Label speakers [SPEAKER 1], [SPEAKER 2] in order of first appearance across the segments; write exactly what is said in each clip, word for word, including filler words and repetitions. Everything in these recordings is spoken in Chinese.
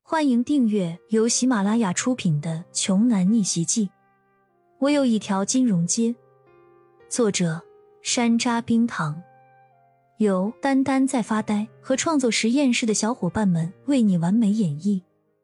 [SPEAKER 1] 欢迎订阅由喜马拉雅出品的《穷男逆袭记》。我有一条金融街。作者山楂冰糖，由丹丹在发呆和创作实验室的小伙伴们为你完美演绎。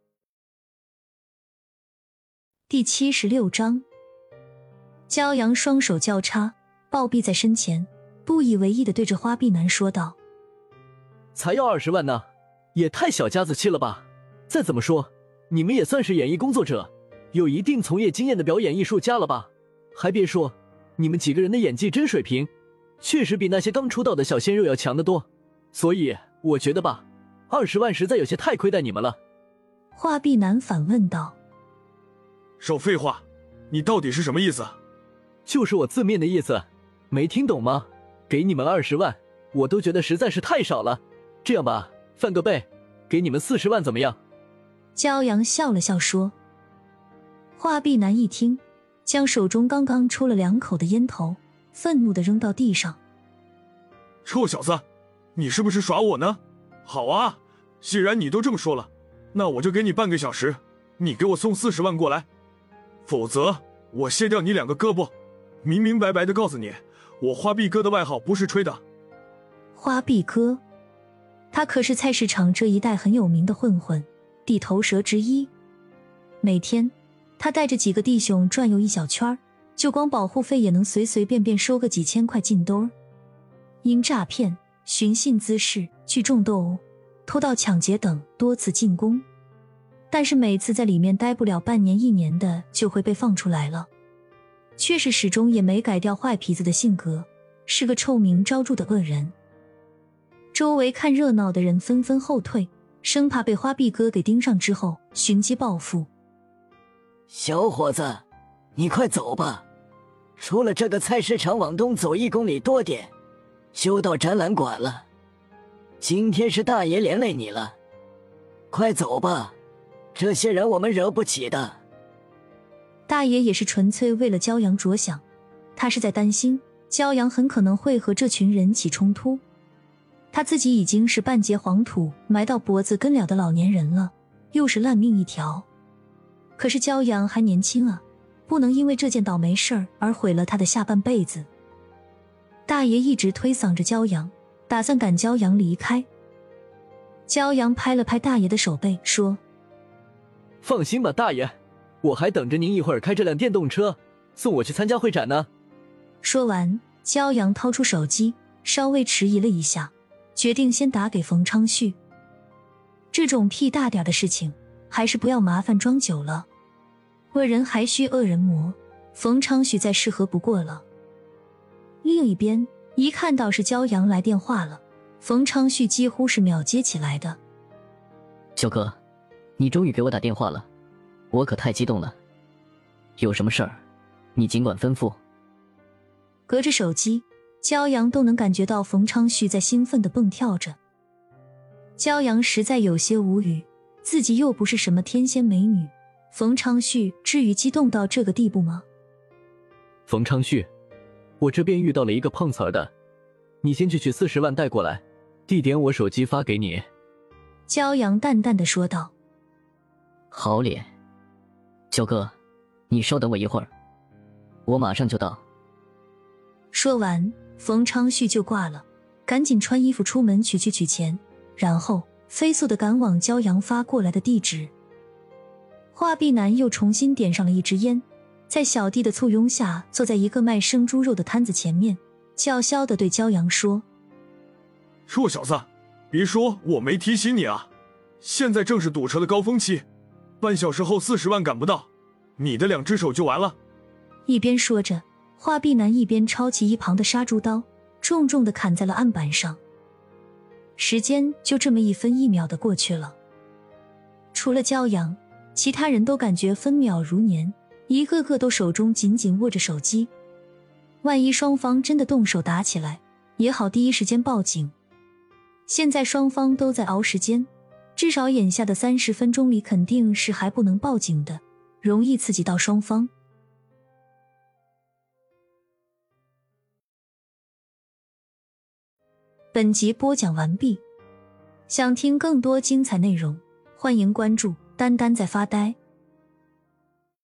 [SPEAKER 1] 第七十六章，骄阳双手交叉抱臂在身前，不以为意地对着花臂男说道：
[SPEAKER 2] 才要二十万呢，也太小家子气了吧。再怎么说，你们也算是演艺工作者，有一定从业经验的表演艺术家了吧？还别说，你们几个人的演技真水平，确实比那些刚出道的小鲜肉要强得多。所以我觉得吧，二十万实在有些太亏待你们了。
[SPEAKER 1] 花臂男反问道：
[SPEAKER 3] 少废话，你到底是什么意思？
[SPEAKER 2] 就是我字面的意思，没听懂吗？给你们二十万，我都觉得实在是太少了。这样吧，翻个倍，给你们四十万怎么样？
[SPEAKER 1] 骄阳笑了笑说。花臂男一听，将手中刚刚抽了两口的烟头愤怒地扔到地上。
[SPEAKER 3] 臭小子，你是不是耍我呢？好啊，既然你都这么说了，那我就给你半个小时，你给我送四十万过来，否则我卸掉你两个胳膊。明明白白地告诉你，我花臂哥的外号不是吹的。
[SPEAKER 1] 花臂哥，他可是菜市场这一带很有名的混混，地头蛇之一。每天他带着几个弟兄转悠一小圈，就光保护费也能随随便便收个几千块进兜。因诈骗、寻衅滋事、聚众斗殴、偷盗抢劫等多次进宫，但是每次在里面待不了半年一年的就会被放出来了，却是始终也没改掉坏痞子的性格，是个臭名昭著的恶人。周围看热闹的人纷纷后退，生怕被花臂哥给盯上之后寻机报复。
[SPEAKER 4] 小伙子，你快走吧，出了这个菜市场往东走一公里多点，就到展览馆了。今天是大爷连累你了，快走吧，这些人我们惹不起的。
[SPEAKER 1] 大爷也是纯粹为了骄阳着想，他是在担心骄阳很可能会和这群人起冲突。他自己已经是半截黄土埋到脖子根了的老年人了，又是烂命一条。可是骄阳还年轻啊，不能因为这件倒霉事儿而毁了他的下半辈子。大爷一直推搡着骄阳，打算赶骄阳离开。骄阳拍了拍大爷的手背说：
[SPEAKER 2] 放心吧，大爷，我还等着您一会儿开这辆电动车送我去参加会展呢。
[SPEAKER 1] 说完，骄阳掏出手机，稍微迟疑了一下，决定先打给冯昌旭。这种屁大点的事情还是不要麻烦装久了，恶人还需恶人磨，冯昌旭再适合不过了。另一边，一看到是骄阳来电话了，冯昌旭几乎是秒接起来的。
[SPEAKER 5] 小哥，你终于给我打电话了，我可太激动了。有什么事儿，你尽管吩咐。
[SPEAKER 1] 隔着手机，骄阳都能感觉到冯昌旭在兴奋地蹦跳着。骄阳实在有些无语，自己又不是什么天仙美女，冯昌旭至于激动到这个地步吗？
[SPEAKER 2] 冯昌旭，我这边遇到了一个碰瓷儿的，你先去取四十万带过来，地点我手机发给你。
[SPEAKER 1] 骄阳淡淡地说道。
[SPEAKER 5] 好脸，小哥，你稍等我一会儿，我马上就到。
[SPEAKER 1] 说完，冯昌旭就挂了，赶紧穿衣服出门取去取钱，然后飞速地赶往骄阳发过来的地址。花臂男又重新点上了一支烟，在小弟的簇拥下坐在一个卖生猪肉的摊子前面，叫嚣地对骄阳说：
[SPEAKER 3] 臭小子，别说我没提醒你啊，现在正是堵车的高峰期，半小时后四十万赶不到，你的两只手就完了。
[SPEAKER 1] 一边说着，花臂男一边抄起一旁的杀猪刀，重重地砍在了案板上。时间就这么一分一秒地过去了，除了骄阳，其他人都感觉分秒如年，一个个都手中紧紧握着手机。万一双方真的动手打起来，也好第一时间报警。现在双方都在熬时间，至少眼下的三十分钟里肯定是还不能报警的，容易刺激到双方。本集播讲完毕，想听更多精彩内容， 欢迎关注丹丹在发呆。